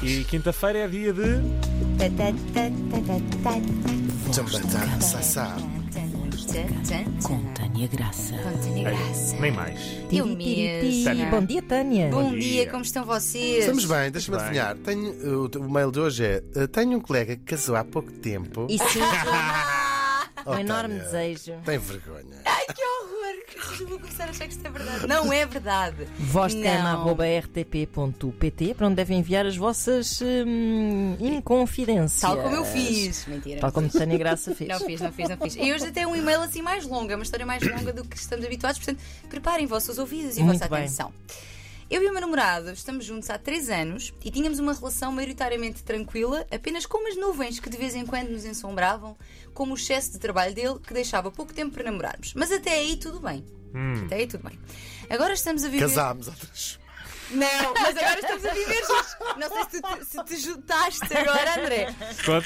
E quinta-feira é dia de. Com Tânia Graça. Nem mais. Eu mesmo. Bom dia, Tânia. Bom dia. dia, como estão vocês? Estamos bem, deixa-me Bem. adivinhar. O mail de hoje é: tenho um colega que casou há pouco tempo. E sim, Oh, um enorme Tânia, desejo. Tem vergonha. Ai, que horror! Eu vou começar a achar que isto é verdade. Não é verdade. voztema@rtp.pt, para onde devem enviar as vossas inconfidências. Tal como eu fiz. Mentira. Tal como Tânia Graça fez. Não fiz. E hoje até um e-mail assim mais longo, é uma história mais longa do que estamos habituados, portanto, preparem vossos ouvidos e a Muito vossa bem. atenção. Eu e o meu namorado estamos juntos há 3 anos e tínhamos uma relação maioritariamente tranquila, apenas com umas nuvens que de vez em quando nos ensombravam, como o excesso de trabalho dele, que deixava pouco tempo para namorarmos. Mas até aí tudo bem. Até aí tudo bem. Agora estamos a viver... Casámos outras. Não, mas agora estamos a viver juntos. Não sei se te juntaste agora, André. Conta.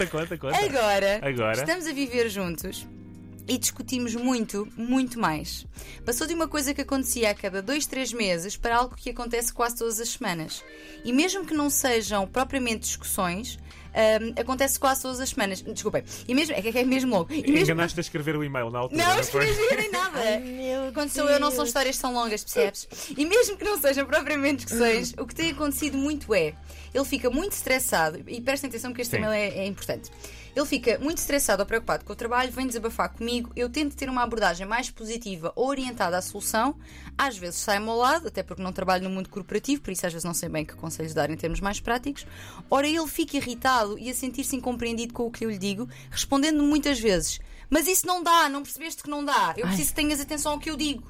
Agora estamos a viver juntos e discutimos muito mais. Passou de uma coisa que acontecia a cada 2-3 meses para algo que acontece quase todas as semanas. E mesmo que não sejam propriamente discussões, acontece quase todas as semanas. Desculpem. E mesmo, é mesmo longo. E mesmo... Enganaste a escrever o e-mail na altura. Não foi? escrevi nem nada. Quando sou eu, não são histórias tão longas, percebes? E mesmo que não sejam propriamente discussões, o que tem acontecido muito é: ele fica muito estressado, e prestem atenção que este Sim. e-mail é importante. Ele fica muito estressado ou preocupado com o trabalho, vem desabafar comigo, eu tento ter uma abordagem mais positiva ou orientada à solução, às vezes sai-me ao lado, até porque não trabalho no mundo corporativo, por isso às vezes não sei bem que conselhos dar em termos mais práticos. Ora, ele fica irritado e a sentir-se incompreendido com o que eu lhe digo, respondendo-me muitas vezes: mas isso não dá, não percebeste que não dá, eu preciso que tenhas atenção ao que eu digo.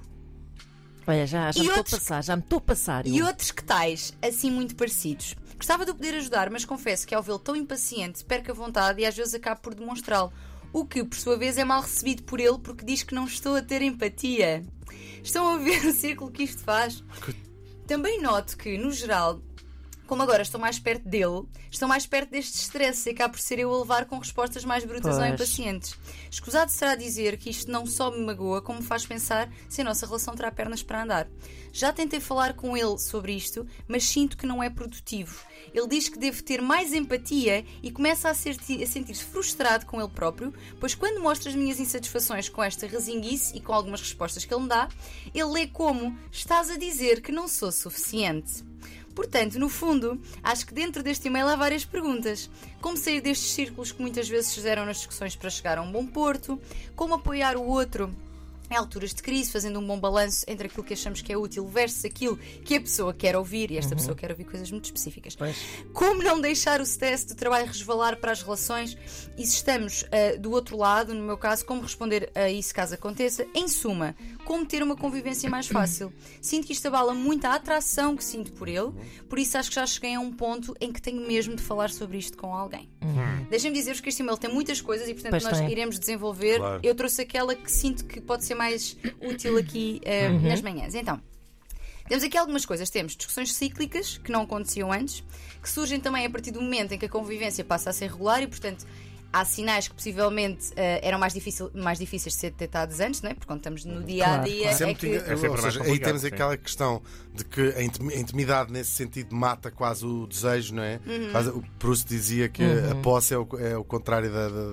Olha, já me estou a passar. E outros que tais, assim muito parecidos. Gostava de o poder ajudar, mas confesso que ao vê-lo tão impaciente, perco a vontade e às vezes acabo por demonstrá-lo. O que, por sua vez, é mal recebido por ele porque diz que não estou a ter empatia. Estão a ver o círculo que isto faz? Também noto que, no geral, como agora estou mais perto dele, estou mais perto deste stress e acabo por ser eu a levar com respostas mais brutas ou impacientes. Escusado será dizer que isto não só me magoa, como me faz pensar se a nossa relação terá pernas para andar. Já tentei falar com ele sobre isto, mas sinto que não é produtivo. Ele diz que devo ter mais empatia e começa a sentir-se frustrado com ele próprio, pois quando mostro as minhas insatisfações com esta rezinguice e com algumas respostas que ele me dá, ele lê como: estás a dizer que não sou suficiente. Portanto, no fundo, acho que dentro deste e-mail há várias perguntas. Como sair destes círculos que muitas vezes se fizeram nas discussões para chegar a um bom porto? Como apoiar o outro em alturas de crise, fazendo um bom balanço entre aquilo que achamos que é útil versus aquilo que a pessoa quer ouvir, e esta pessoa quer ouvir coisas muito específicas. Como não deixar o stress do trabalho resvalar para as relações, e se estamos do outro lado, no meu caso, como responder a isso caso aconteça. Em suma, como ter uma convivência mais fácil. Sinto que isto abala muito a atração que sinto por ele, por isso acho que já cheguei a um ponto em que tenho mesmo de falar sobre isto com alguém. Deixem-me dizer-vos que este e-mail tem muitas coisas e, portanto, nós iremos desenvolver. Claro. Eu trouxe aquela que sinto que pode ser mais útil aqui nas manhãs. Então, temos aqui algumas coisas. Temos discussões cíclicas, que não aconteciam antes, que surgem também a partir do momento em que a convivência passa a ser regular e, portanto, há sinais que possivelmente eram mais difíceis de ser detectados antes, não é? Porque quando estamos no dia-a-dia Ou seja, aí temos sim. aquela questão de que a intimidade nesse sentido mata quase o desejo, não é? O Proust dizia que a posse é o contrário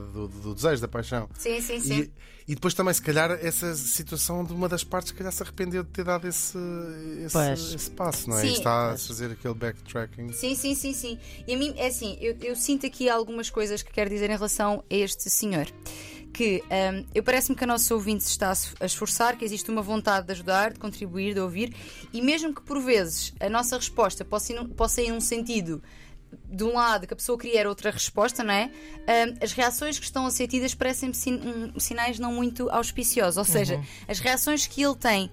do desejo, da paixão. Sim. E depois também, se calhar, essa situação de uma das partes, se calhar, se arrependeu de ter dado esse passo, não é? Sim. E está a fazer aquele backtracking. Sim. E a mim, é assim, eu sinto aqui algumas coisas que quero dizer em relação a este senhor. Que eu parece-me que a nossa ouvinte se está a esforçar, que existe uma vontade de ajudar, de contribuir, de ouvir, e mesmo que por vezes a nossa resposta possa ir num sentido de um lado que a pessoa queria outra resposta, não é? As reações que estão a ser tidas parecem-me sinais não muito auspiciosos, ou seja, as reações que ele tem,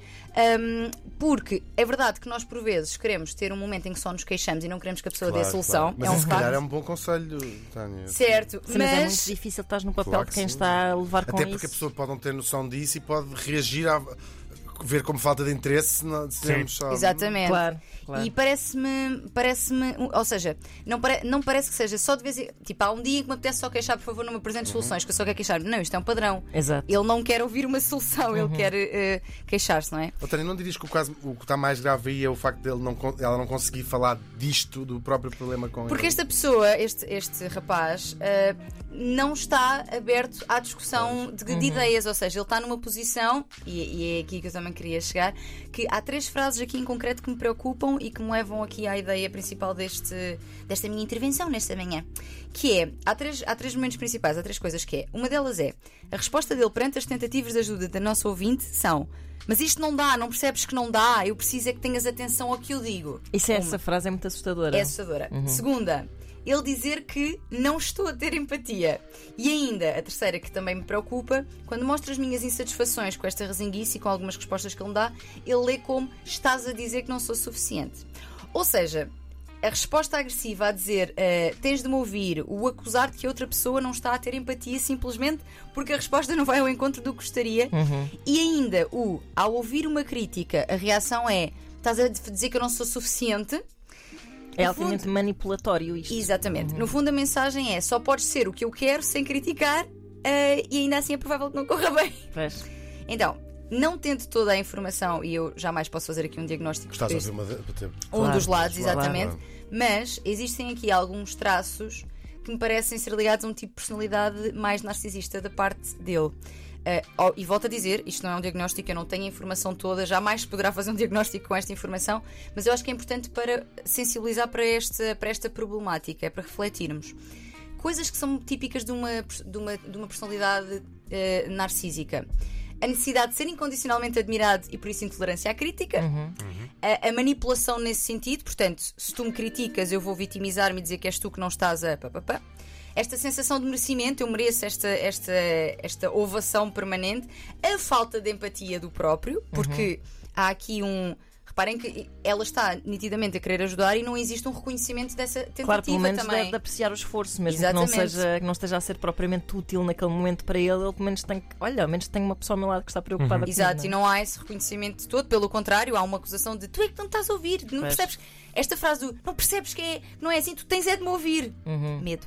porque é verdade que nós por vezes queremos ter um momento em que só nos queixamos e não queremos que a pessoa dê a solução. Mas se calhar é um bom conselho, Tânia. Certo, Sim, mas é muito difícil, estás no papel de quem está a levar com isso. Até porque a pessoa pode não ter noção disso e pode reagir ver como falta de interesse se não dizemos só. Exatamente. Claro. E parece-me, ou seja, não parece que seja só de vez em tipo, há um dia que me apetece só queixar, por favor, não me apresentes soluções, que eu só quero queixar. Não, isto é um padrão. Exato. Ele não quer ouvir uma solução, ele quer queixar-se, não é? Tânia, não dirias que o que está mais grave aí é o facto de ela não conseguir falar disto, do próprio problema com Porque ele? esta pessoa, este rapaz, não está aberto à discussão de ideias, ou seja, ele está numa posição, e é aqui que eu também queria chegar, que há 3 frases aqui em concreto que me preocupam e que me levam aqui à ideia principal desta minha intervenção nesta manhã, que é, há três momentos principais, há 3 coisas que é, uma delas é, a resposta dele perante as tentativas de ajuda da nossa ouvinte são: mas isto não dá, não percebes que não dá, eu preciso é que tenhas atenção ao que eu digo. Essa frase é muito assustadora. É assustadora. Segunda, ele dizer que não estou a ter empatia. E ainda, a terceira, que também me preocupa, quando mostro as minhas insatisfações com esta rezinguice e com algumas respostas que ele me dá, ele lê como: estás a dizer que não sou suficiente. Ou seja, a resposta agressiva a dizer tens de me ouvir, o acusar de que outra pessoa não está a ter empatia simplesmente porque a resposta não vai ao encontro do que gostaria. E ainda, ao ouvir uma crítica, a reação é: estás a dizer que eu não sou suficiente. É altamente manipulatório isto. Exatamente. No fundo, a mensagem é: só podes ser o que eu quero sem criticar, e ainda assim é provável que não corra bem. Pois. Então, não tendo toda a informação, e eu jamais posso fazer aqui um diagnóstico, Estás a ouvir um dos lados, claro. exatamente. Mas existem aqui alguns traços que me parecem ser ligados a um tipo de personalidade mais narcisista da parte dele. E volto a dizer, isto não é um diagnóstico, eu não tenho a informação toda, jamais poderá fazer um diagnóstico com esta informação, mas eu acho que é importante para sensibilizar para esta problemática, é para refletirmos. Coisas que são típicas de uma personalidade narcísica: a necessidade de ser incondicionalmente admirado e por isso intolerância à crítica, a manipulação nesse sentido, portanto, se tu me criticas eu vou vitimizar-me e dizer que és tu que não estás a papapá. Esta sensação de merecimento, eu mereço esta ovação permanente, a falta de empatia do próprio, porque há aqui reparem que ela está nitidamente a querer ajudar e não existe um reconhecimento dessa tentativa. Claro, pelo menos também de apreciar o esforço, mesmo Exatamente. que não esteja a ser propriamente útil naquele momento para ele pelo menos tem que, ao menos tem uma pessoa ao meu lado que está preocupada com Exato, ele. e não há esse reconhecimento todo, pelo contrário, há uma acusação de tu é que não estás a ouvir, não percebes. Esta frase do não percebes que não é assim, tu tens é de me ouvir. Medo.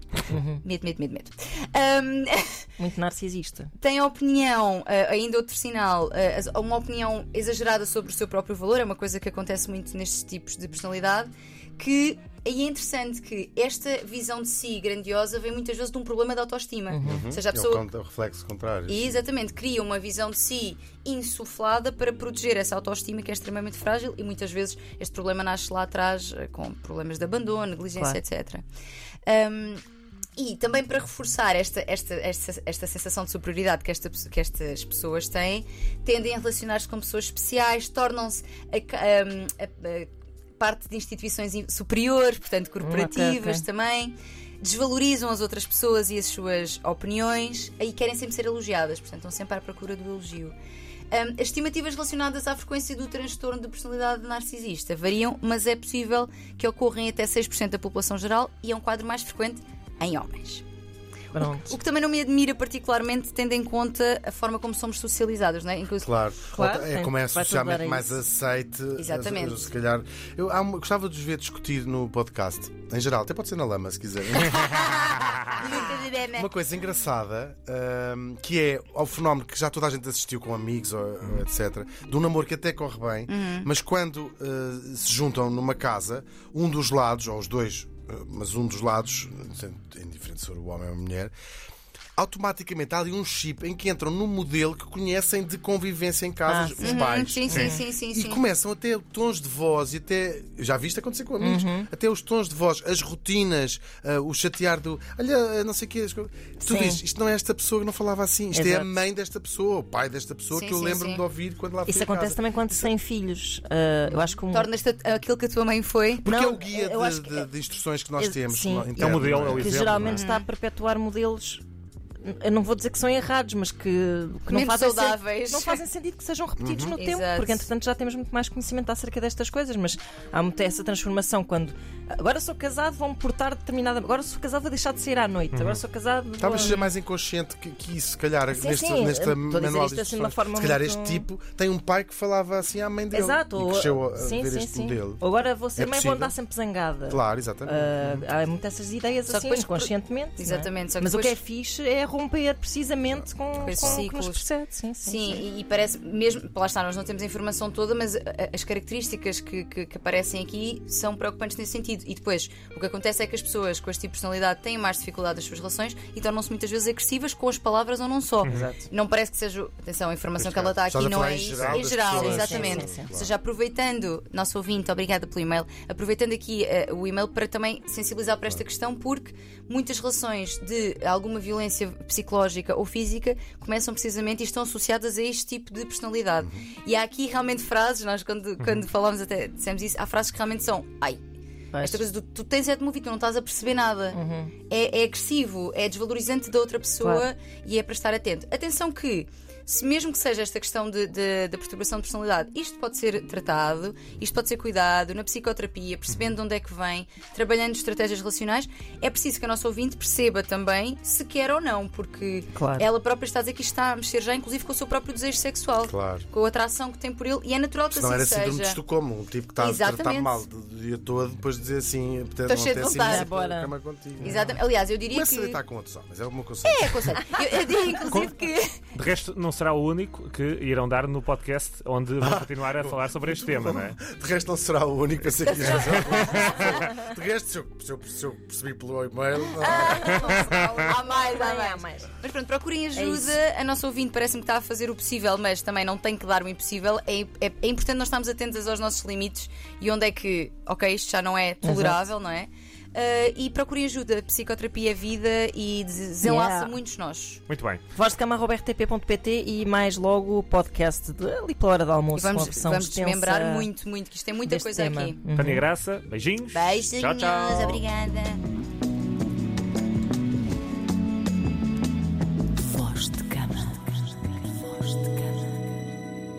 Medo. Muito narcisista. Tem a opinião, ainda outro sinal, uma opinião exagerada sobre o seu próprio valor, é uma coisa que acontece muito nestes tipos de personalidade, que e é interessante que esta visão de si grandiosa vem muitas vezes de um problema de autoestima. Ou seja, a pessoa É o reflexo contrário. exatamente, cria uma visão de si insuflada para proteger essa autoestima que é extremamente frágil, e muitas vezes este problema nasce lá atrás com problemas de abandono, negligência, etc. E também para reforçar esta sensação de superioridade que estas pessoas têm, tendem a relacionar-se com pessoas especiais, tornam-se a parte de instituições superiores, portanto corporativas também, desvalorizam as outras pessoas e as suas opiniões e querem sempre ser elogiadas, portanto estão sempre à procura do elogio. As estimativas relacionadas à frequência do transtorno de personalidade narcisista variam, mas é possível que ocorram em até 6% da população geral e é um quadro mais frequente em homens. O que também não me admira particularmente, tendo em conta a forma como somos socializados, não é? Claro, como é vai socialmente mais aceite. Exatamente. Se calhar. Eu gostava de os ver discutir no podcast, em geral, até pode ser na lama, se quiserem. Uma coisa engraçada, que é ao fenómeno que já toda a gente assistiu com amigos, etc., de um namoro que até corre bem, mas quando se juntam numa casa, um dos lados, ou os dois, mas um dos lados, indiferente se for o homem ou a mulher, automaticamente há ali um chip em que entram num modelo que conhecem de convivência em casa, os pais. Sim. E começam a ter tons de voz e até, já viste acontecer com amigos, até os tons de voz, as rotinas, o chatear do olha, não sei o quê. Tu dizes, isto não é esta pessoa que não falava assim, isto é a mãe desta pessoa, o pai desta pessoa que eu lembro-me de ouvir quando lá fui. Isso acontece também quando se tem filhos. Eu acho que tornas-te aquilo que a tua mãe foi. Porque é o guia de instruções que nós temos. É o modelo, é o que exemplo. geralmente está a perpetuar modelos eu não vou dizer que são errados, mas que não Menos fazem, saudáveis. não fazem sentido que sejam repetidos no tempo, Exato. porque entretanto já temos muito mais conhecimento acerca destas coisas, mas há muito essa transformação quando agora sou casado, vão-me portar determinada. Agora sou casado, vou deixar de sair à noite. Agora sou casado. Talvez seja mais inconsciente que isso, se calhar, Sim, neste sim, neste estou a dizer manual isto de assim de uma instruções. forma Se calhar muito- este tipo tem um pai que falava assim à mãe dele. Exato. E cresceu a Sim, ver sim, este sim. modelo. Agora vou ser É mãe, vou possível. andar sempre zangada. Claro, exatamente. Há muitas essas ideias Só que assim, depois- inconscientemente. não é? Exatamente, só que Mas o que é depois- fixe é romper precisamente com esses o que ciclos. nos precede. Sim, Sim, e parece mesmo, lá está, nós não temos a informação toda, mas as características que aparecem aqui são preocupantes nesse sentido. E depois, o que acontece é que as pessoas com este tipo de personalidade têm mais dificuldade nas suas relações e tornam-se muitas vezes agressivas com as palavras ou não só. Exato. Não parece que seja, atenção, a informação Pois que ela está claro. aqui Estás a não falar é em isso. geral Em das geral, pessoas. exatamente. Sim, sim, sim. Ou seja, aproveitando, nosso ouvinte, obrigada pelo e-mail, aproveitando aqui o e-mail para também sensibilizar para esta questão, porque muitas relações de alguma violência psicológica ou física começam precisamente e estão associadas a este tipo de personalidade. E há aqui realmente frases, nós quando falámos até dissemos isso, há frases que realmente são ai. Pois. Esta coisa do tu tens é de mover, tu não estás a perceber nada. É agressivo, é desvalorizante da outra pessoa Claro. e é para estar atento. Atenção que, se mesmo que seja esta questão da perturbação de personalidade, isto pode ser tratado, isto pode ser cuidado na psicoterapia, percebendo de onde é que vem, trabalhando estratégias relacionais. É preciso que a nossa ouvinte perceba também se quer ou não, porque Claro. ela própria está a dizer que isto está a mexer já, inclusive com o seu próprio desejo sexual, Claro. com a atração que tem por ele, e é natural que Se não era assim síndrome de seja. Estocolmo, um tipo que está a tratar Exatamente. mal do dia todo, depois dizer assim, Estou não cheio de apetece vontade. imenso ir para a Bora. cama contigo. Exatamente. Aliás, eu diria Começa a que. deitar com outros homens, é o meu conselho. É, aconselho. Eu diria inclusive que. De resto, não será o único que irão dar no podcast onde vão continuar a falar sobre este tema, não é? De resto, não será o único, pensei que ias fazer alguma. De resto, se eu percebi pelo e-mail. Há mais, há Há mais. mais. Mas pronto, procurem isso. ajuda. A nossa ouvinte parece-me que está a fazer o possível, mas também não tem que dar o impossível. É importante nós estarmos atentos aos nossos limites e onde é que, ok, isto já não é tolerável, não é? E procurem ajuda. Psicoterapia é vida e desenlaça Yeah. muitos nós. Muito bem. vozdecama@rtp.pt e mais logo o podcast ali pela hora do E almoço. vamos, uma versão vamos extensa desmembrar muito, muito, que isto tem muita deste coisa tema. aqui. Tânia Graça, beijinhos. Beijinhos, Tchau, tchau. obrigada.